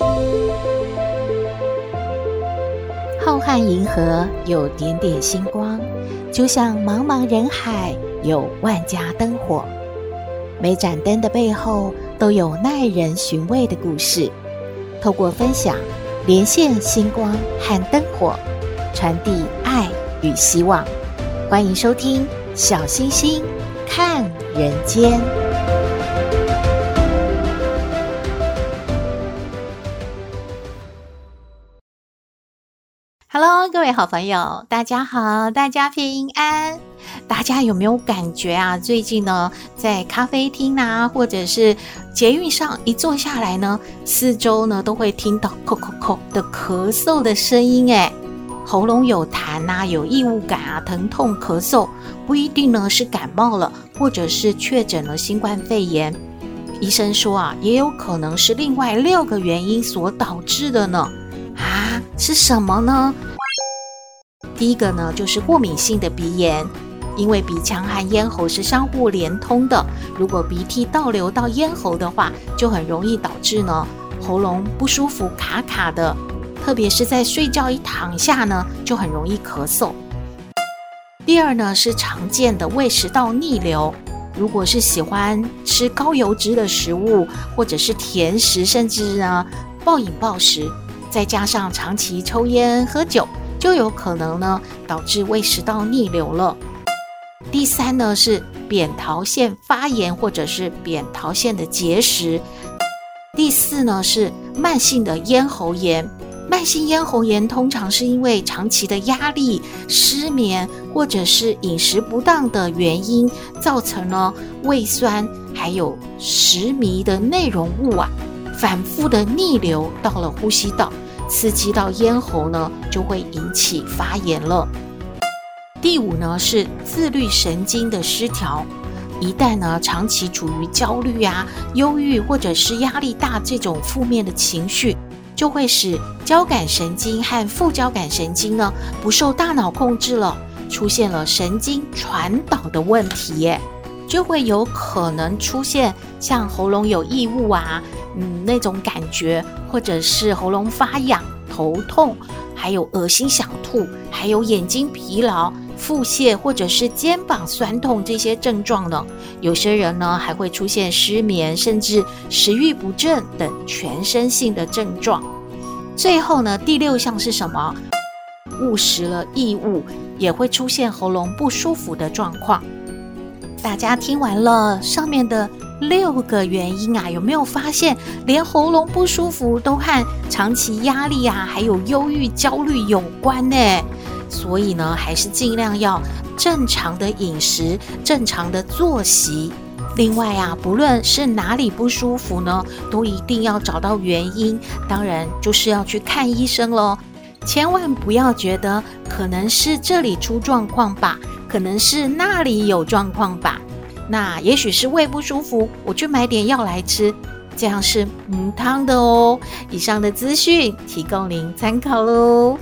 浩瀚银河有点点星光，就像茫茫人海有万家灯火。每盏灯的背后都有耐人寻味的故事。透过分享，连线星光和灯火，传递爱与希望。欢迎收听小星星看人间。Hello， 各位好朋友，大家好，大家平安。大家有没有感觉啊？最近呢，在咖啡厅啊，或者是捷运上一坐下来呢，四周呢都会听到咳咳咳的咳嗽的声音，喉咙有痰啊，有异物感啊，疼痛咳嗽，不一定呢是感冒了，或者是确诊了新冠肺炎。医生说啊，也有可能是另外6个原因所导致的呢。是什么呢？第一个呢，就是过敏性的鼻炎，因为鼻腔和咽喉是相互连通的，如果鼻涕倒流到咽喉的话，就很容易导致呢喉咙不舒服卡卡的，特别是在睡觉一躺下呢，就很容易咳嗽。第二呢，是常见的胃食道逆流，如果是喜欢吃高油脂的食物，或者是甜食，甚至呢暴饮暴食，再加上长期抽烟喝酒，就有可能呢导致胃食道逆流了。第三呢，是扁桃腺发炎或者是扁桃腺的结石。第四呢，是慢性的咽喉炎。慢性咽喉炎通常是因为长期的压力、失眠或者是饮食不当的原因，造成了胃酸还有食糜的内容物反复的逆流到了呼吸道，刺激到咽喉呢，就会引起发炎了。第五呢，是自律神经的失调，一旦呢长期处于焦虑啊、忧郁或者是压力大这种负面的情绪，就会使交感神经和副交感神经呢不受大脑控制了，出现了神经传导的问题就会有可能出现像喉咙有异物那种感觉，或者是喉咙发痒、头痛，还有恶心想吐，还有眼睛疲劳、腹泻或者是肩膀酸痛这些症状呢。有些人呢还会出现失眠，甚至食欲不振等全身性的症状。最后呢，第6项是什么？误食了异物也会出现喉咙不舒服的状况。大家听完了上面的6个原因有没有发现连喉咙不舒服都和长期压力还有忧郁焦虑有关呢？所以呢，还是尽量要正常的饮食，正常的作息。另外不论是哪里不舒服呢，都一定要找到原因，当然就是要去看医生咯。千万不要觉得可能是这里出状况吧，可能是那里有状况吧，那也许是胃不舒服，我去买点药来吃，这样是母汤的哦。以上的资讯提供您参考咯。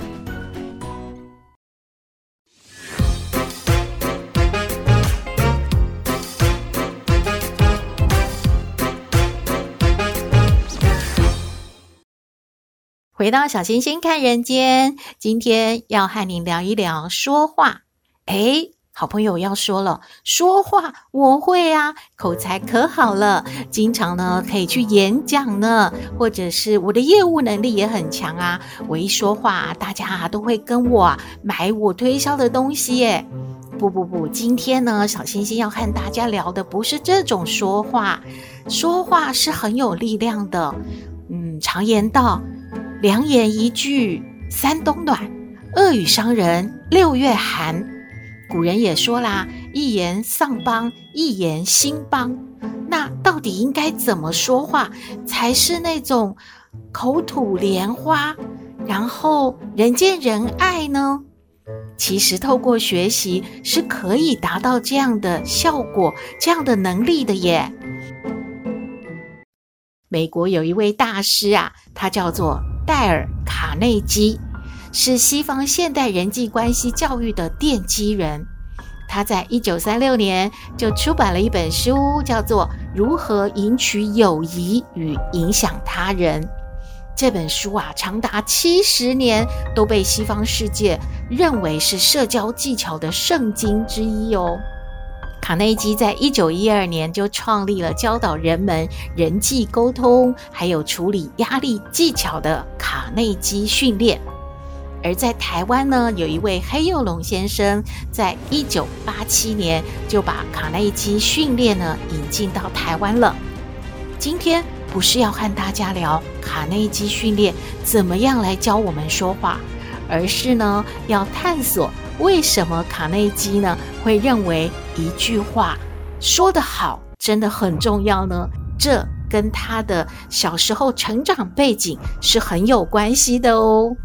回到小星星看人间，今天要和您聊一聊说话。好朋友要说了，说话我会口才可好了，经常呢可以去演讲呢，或者是我的业务能力也很强我一说话大家都会跟我买我推销的东西耶。不，今天呢小星星要和大家聊的不是这种说话，说话是很有力量的。常言道良言一句三冬暖，恶语伤人6月寒。古人也说啦，一言丧邦，一言兴邦。那到底应该怎么说话才是那种口吐莲花，然后人见人爱呢？其实透过学习是可以达到这样的效果，这样的能力的耶。美国有一位大师他叫做戴尔·卡内基，是西方现代人际关系教育的奠基人。他在1936年就出版了一本书，叫做《如何赢取友谊与影响他人》。 这本书啊，长达70年都被西方世界认为是社交技巧的圣经之一哦。卡内基在1912年就创立了教导人们人际沟通还有处理压力技巧的卡内基训练。而在台湾呢，有一位黑幼龙先生在1987年就把卡内基训练呢引进到台湾了。今天不是要和大家聊卡内基训练怎么样来教我们说话，而是呢要探索为什么卡内基呢会认为一句话说得好真的很重要呢？这跟他的小时候成长背景是很有关系的哦。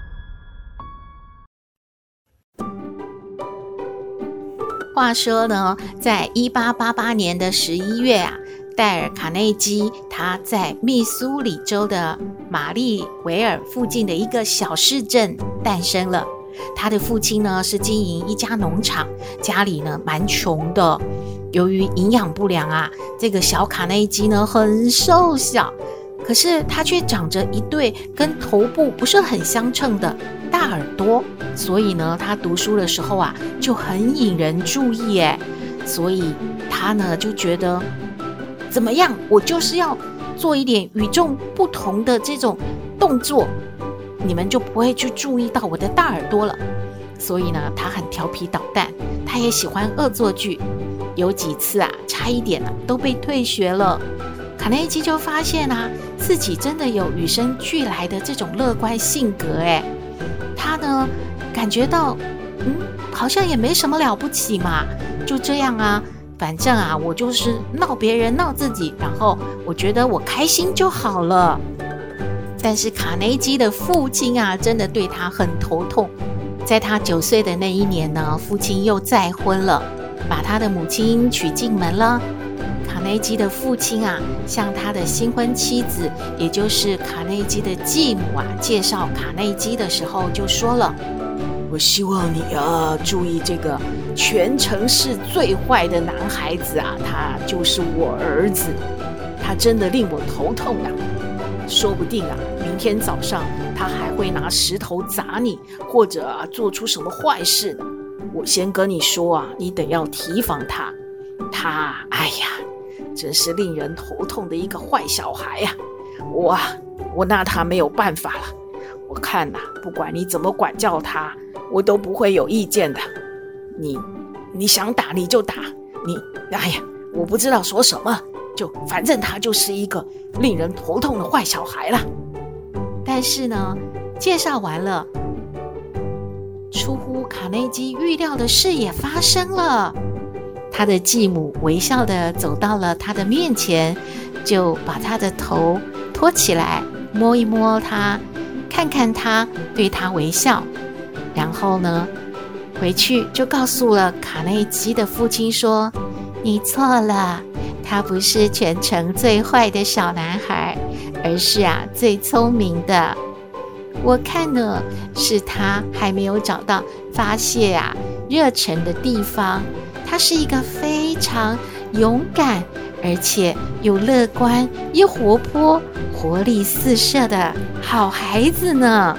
话说呢，在1888年的11月啊，戴尔·卡内基他在密苏里州的马利维尔附近的一个小市镇诞生了。他的父亲呢是经营一家农场，家里呢蛮穷的。由于营养不良啊，这个小卡内基呢很瘦小，可是他却长着一对跟头部不是很相称的大耳朵，所以呢他读书的时候啊就很引人注意耶。所以他呢就觉得怎么样，我就是要做一点与众不同的这种动作，你们就不会去注意到我的大耳朵了。所以呢他很调皮捣蛋，他也喜欢恶作剧，有几次啊差一点都被退学了。卡内基就发现啊自己真的有与生俱来的这种乐观性格耶。他呢感觉到好像也没什么了不起嘛，就这样啊，反正啊我就是闹别人闹自己，然后我觉得我开心就好了。但是卡内基的父亲啊真的对他很头痛。在他9岁的那一年呢，父亲又再婚了，把他的母亲娶进门了。卡内基的父亲啊向他的新婚妻子，也就是卡内基的继母啊介绍卡内基的时候就说了，我希望你注意这个全城市最坏的男孩子啊，他就是我儿子，他真的令我头痛啊，说不定啊明天早上他还会拿石头砸你，或者做出什么坏事呢。我先跟你说啊，你得要提防他，他哎呀真是令人头痛的一个坏小孩呀。我拿他没有办法了，我看不管你怎么管教他，我都不会有意见的。你想打你就打，哎呀我不知道说什么，反正他就是一个令人头痛的坏小孩了。但是呢介绍完了，出乎卡内基预料的事也发生了。他的继母微笑地走到了他的面前，就把他的头托起来，摸一摸他，看看他，对他微笑。然后呢回去就告诉了卡内基的父亲说，你错了，他不是全城最坏的小男孩，而是最聪明的。我看呢是他还没有找到发泄热忱的地方，他是一个非常勇敢而且又乐观又活泼活力四射的好孩子呢。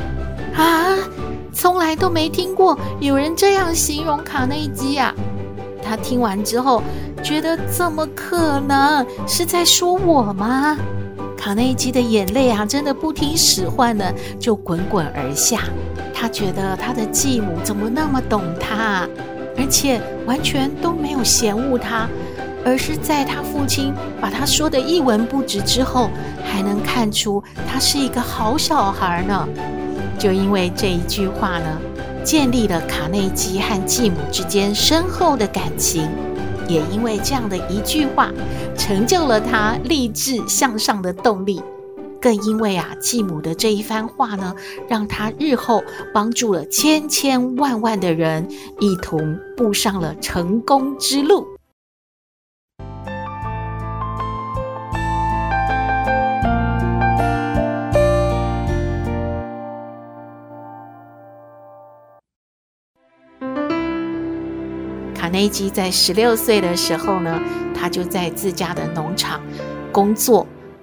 从来都没听过有人这样形容卡内基啊。他听完之后觉得怎么可能，是在说我吗？卡内基的眼泪真的不听使唤的就滚滚而下。他觉得他的继母怎么那么懂他，而且完全都没有嫌恶他，而是在他父亲把他说的一文不值之后，还能看出他是一个好小孩呢。就因为这一句话呢，建立了卡内基和继母之间深厚的感情，也因为这样的一句话，成就了他励志向上的动力。更因为继母的这一番话呢，让他日后帮助了千千万万的人，一同步上了成功之路。卡内基在16岁的时候呢，他就在自家的农场工作，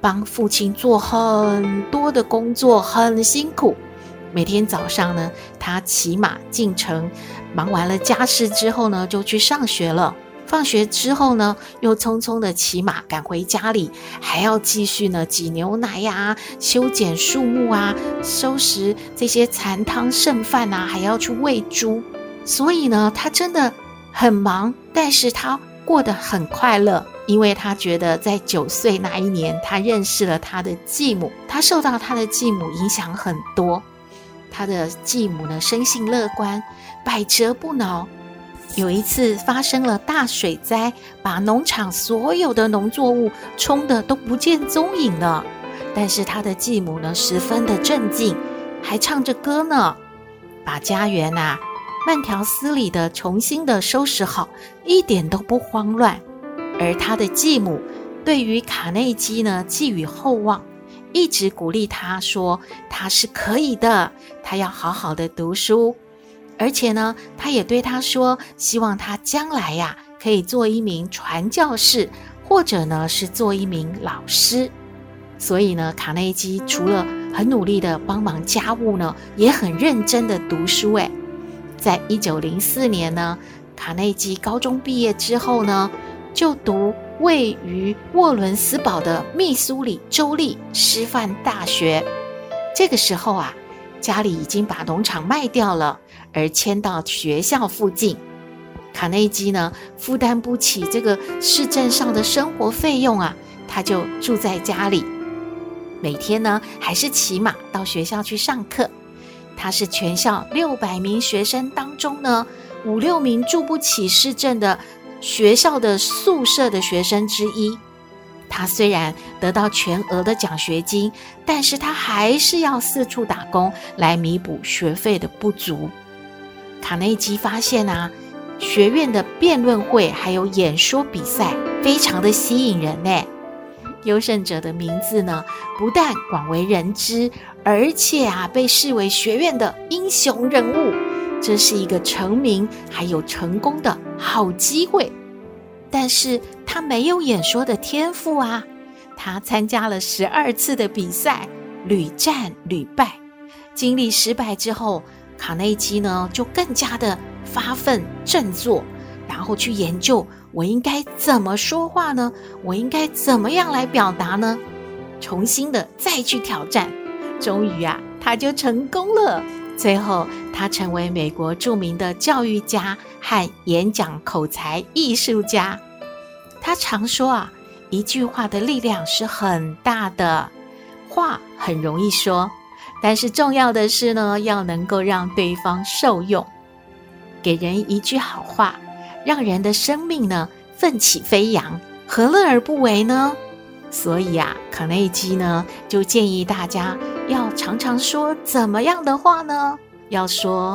帮父亲做很多的工作，很辛苦。每天早上呢，他骑马进城，忙完了家事之后呢，就去上学了。放学之后呢，又匆匆的骑马赶回家里，还要继续呢挤牛奶呀、修剪树木啊、收拾这些残汤剩饭啊，还要去喂猪。所以呢，他真的很忙，但是他过得很快乐，因为他觉得在9岁那一年，他认识了他的继母，他受到他的继母影响很多。他的继母呢，生性乐观，百折不挠。有一次发生了大水灾，把农场所有的农作物冲得都不见踪影了。但是他的继母呢，十分的镇静，还唱着歌呢，把家园慢条斯理的重新的收拾好，一点都不慌乱。而他的继母对于卡内基呢，寄予厚望，一直鼓励他说他是可以的，他要好好的读书。而且呢，他也对他说，希望他将来可以做一名传教士，或者呢是做一名老师。所以呢，卡内基除了很努力的帮忙家务呢，也很认真的读书。在1904年呢，卡内基高中毕业之后呢，就读位于沃伦斯堡的密苏里州立师范大学。这个时候家里已经把农场卖掉了，而迁到学校附近。卡内基呢，负担不起这个市镇上的生活费用他就住在家里，每天呢还是骑马到学校去上课。他是全校600名学生当中呢5-6名住不起市镇的学校的宿舍的学生之一。他虽然得到全额的奖学金，但是他还是要四处打工来弥补学费的不足。卡内基发现学院的辩论会还有演说比赛非常的吸引人优胜者的名字呢，不但广为人知，而且被视为学院的英雄人物。这是一个成名还有成功的好机会。但是他没有演说的天赋他参加了12次的比赛，屡战屡败。经历失败之后，卡内基呢就更加的发奋振作，然后去研究我应该怎么说话呢？我应该怎么样来表达呢？重新的再去挑战，终于他就成功了。最后他成为美国著名的教育家和演讲口才艺术家。他常说一句话的力量是很大的，话很容易说，但是重要的是呢，要能够让对方受用。给人一句好话，让人的生命呢奋起飞扬，何乐而不为呢？所以卡内基呢就建议大家要常常说怎么样的话呢？要说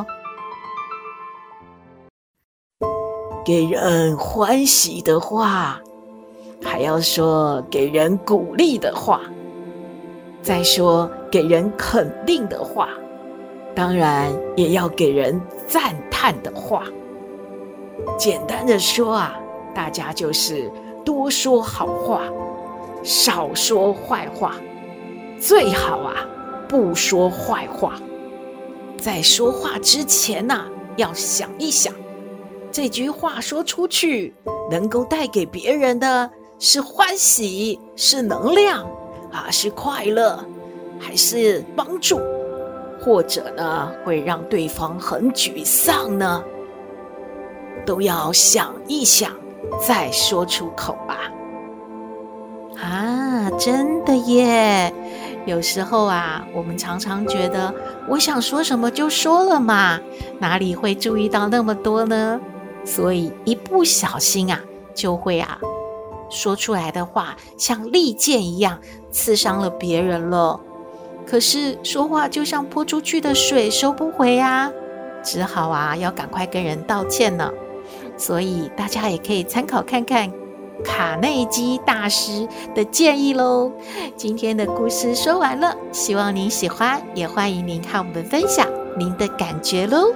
给人欢喜的话，还要说给人鼓励的话，再说给人肯定的话，当然也要给人赞叹的话。简单的说大家就是多说好话，少说坏话，最好不说坏话。在说话之前要想一想，这句话说出去能够带给别人的是欢喜，是能量是快乐，还是帮助，或者呢会让对方很沮丧呢？都要想一想再说出口吧。真的耶！有时候我们常常觉得我想说什么就说了嘛，哪里会注意到那么多呢？所以一不小心就会说出来的话像利剑一样刺伤了别人了。可是说话就像泼出去的水，收不回只好要赶快跟人道歉呢。所以大家也可以参考看看卡内基大师的建议咯。今天的故事说完了，希望您喜欢，也欢迎您和我们分享您的感觉咯。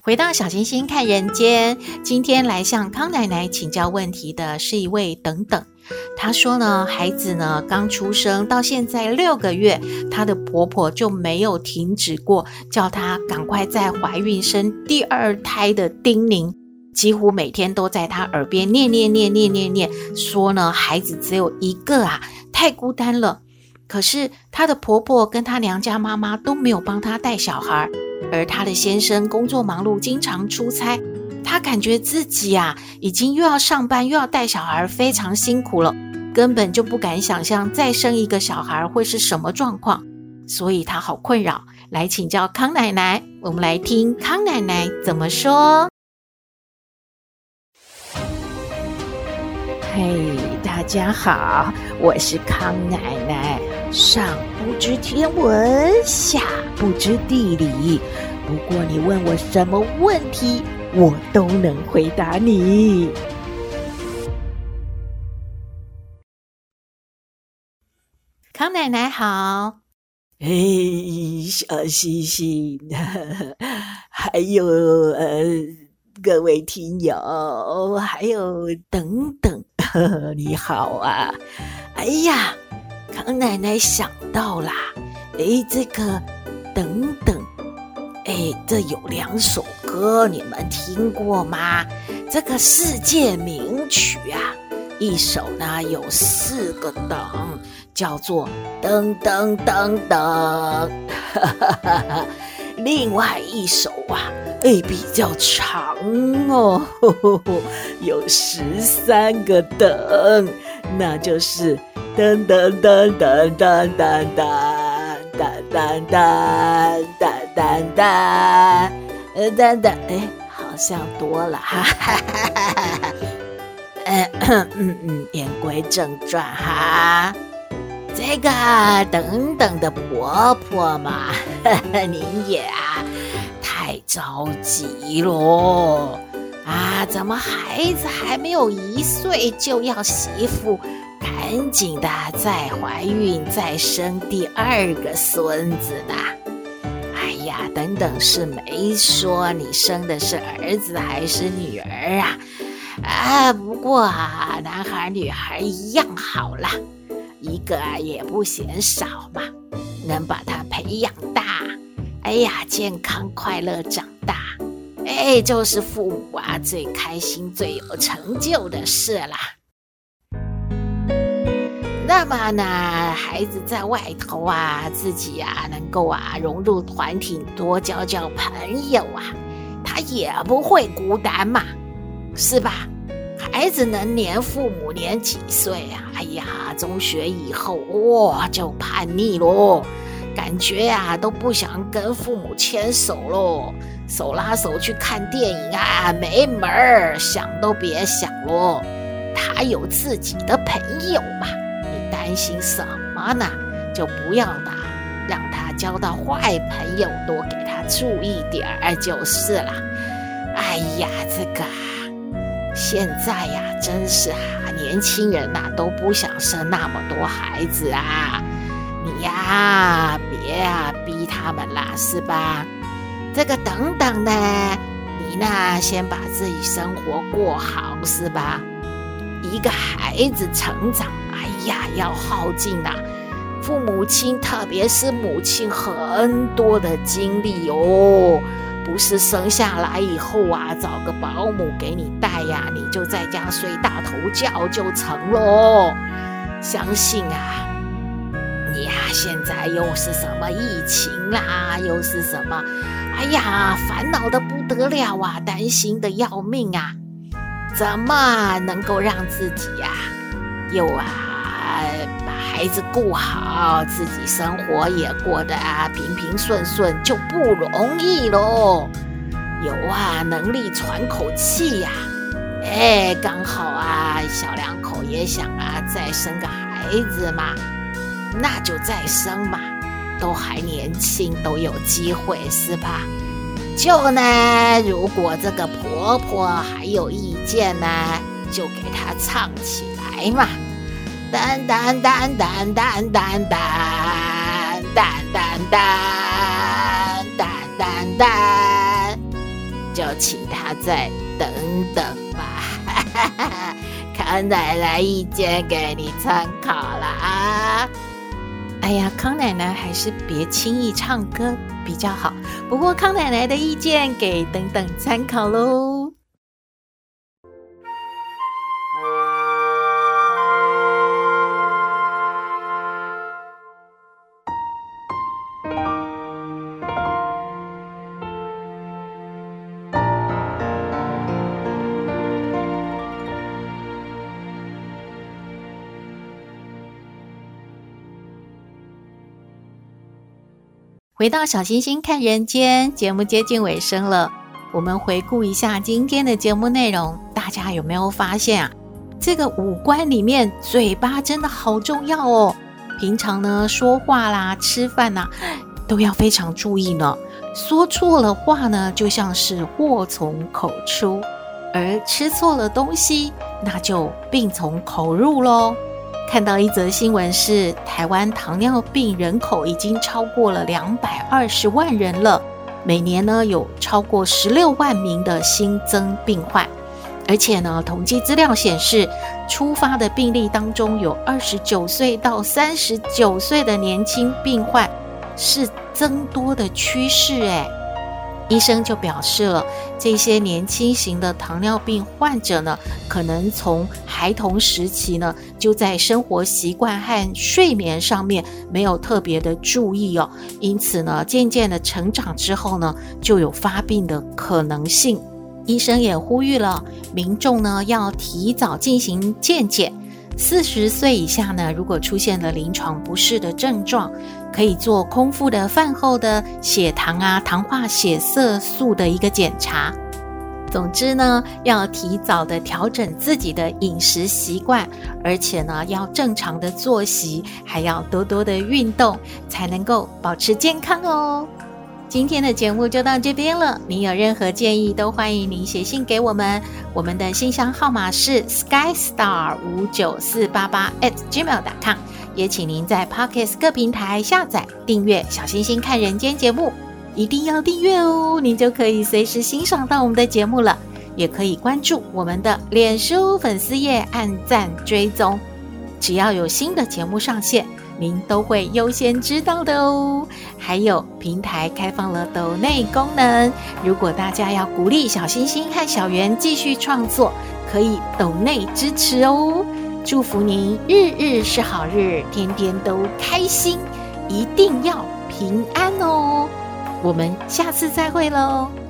回到小星星看人间，今天来向康奶奶请教问题的是一位等等。她说呢，孩子呢刚出生到现在6个月，她的婆婆就没有停止过叫她赶快再怀孕生第2胎的叮咛，几乎每天都在她耳边念，说呢孩子只有1个啊，太孤单了。可是她的婆婆跟她娘家妈妈都没有帮她带小孩，而她的先生工作忙碌，经常出差，她感觉自己啊已经又要上班又要带小孩，非常辛苦了，根本就不敢想象再生一个小孩会是什么状况，所以她好困扰，来请教康奶奶。我们来听康奶奶怎么说。 嘿，大家好，我是康奶奶。上不知天文，下不知地理，不过你问我什么问题，我都能回答你。 康奶奶好。 嘿，小星星，还有各位听友，还有等等，你好啊！哎呀，康奶奶想到啦，这个等等，这有2首歌，你们听过吗？这个世界名曲啊，一首呢有4个等，叫做噔噔噔噔，另外一首啊，比较长哦，有13个等，那就是噔噔噔噔噔噔噔噔噔噔噔噔噔噔，好像多了，哈哈哈哈哈。言归正传哈，这个等等的婆婆嘛，您也太着急咯啊！怎么孩子还没有1岁就要媳妇赶紧的再怀孕再生第2个孙子呢？哎呀，等等是没说你生的是儿子还是女儿啊？不过男孩女孩一样好啦，一个也不嫌少嘛，能把他培养大，哎呀，健康快乐长大，就是父母最开心最有成就的事啦。那么呢，孩子在外头自己能够融入团体，多交交朋友他也不会孤单嘛，是吧？孩子能黏父母黏几岁哎呀，中学以后就叛逆咯，感觉都不想跟父母牵手咯，手拉手去看电影没门儿，想都别想咯。他有自己的朋友嘛，你担心什么呢？就不要让他交到坏朋友，多给他注意点就是了。哎呀，这个现在真是年轻人都不想生那么多孩子你别逼他们啦，是吧？这个等等呢，你先把自己生活过好，是吧？一个孩子成长，要耗尽父母亲，特别是母亲很多的精力不是生下来以后找个保姆给你带你就在家睡大头觉就成咯。相信你现在又是什么疫情啦，又是什么，烦恼的不得了担心的要命怎么能够让自己又把孩子顾好，自己生活也过得平平顺顺，就不容易咯。有能力喘口气刚好小两口也想再生个孩子嘛，那就再生嘛，都还年轻，都有机会，是吧？就呢，如果这个婆婆还有意见呢，就给她唱起来嘛。噔噔噔噔噔噔噔噔噔噔噔噔噔， 就请他再等等吧。康奶奶意见给你参考啦啊！ 哎呀，康奶奶还是别轻易唱歌比较好。不过康奶奶的意见给等等参考咯。回到小星星看人间，节目接近尾声了，我们回顾一下今天的节目内容，大家有没有发现啊？这个五官里面，嘴巴真的好重要哦。平常呢，说话啦、吃饭啦，都要非常注意呢。说错了话呢，就像是祸从口出；而吃错了东西，那就病从口入咯。看到一则新闻是，台湾糖尿病人口已经超过了220万人了，每年呢有超过16万名的新增病患，而且呢，统计资料显示，初发的病例当中有29岁到39岁的年轻病患是增多的趋势诶。医生就表示了，这些年轻型的糖尿病患者呢，可能从孩童时期呢，就在生活习惯和睡眠上面没有特别的注意哦，因此呢，渐渐的成长之后呢，就有发病的可能性。医生也呼吁了民众呢，要提早进行健检。40岁以下呢，如果出现了临床不适的症状，可以做空腹的饭后的血糖啊、糖化血色素的一个检查。总之呢，要提早的调整自己的饮食习惯，而且呢，要正常的作息，还要多多的运动，才能够保持健康哦。今天的节目就到这边了，您有任何建议都欢迎您写信给我们，我们的信箱号码是 skystar59488@gmail.com， 也请您在 Podcast 各平台下载订阅小星星看人间节目，一定要订阅哦，您就可以随时欣赏到我们的节目了。也可以关注我们的脸书粉丝页，按赞追踪，只要有新的节目上线，您都会优先知道的哦。还有平台开放了抖内功能，如果大家要鼓励小星星和小圆继续创作，可以抖内支持哦。祝福您日日是好日，天天都开心，一定要平安哦。我们下次再会喽。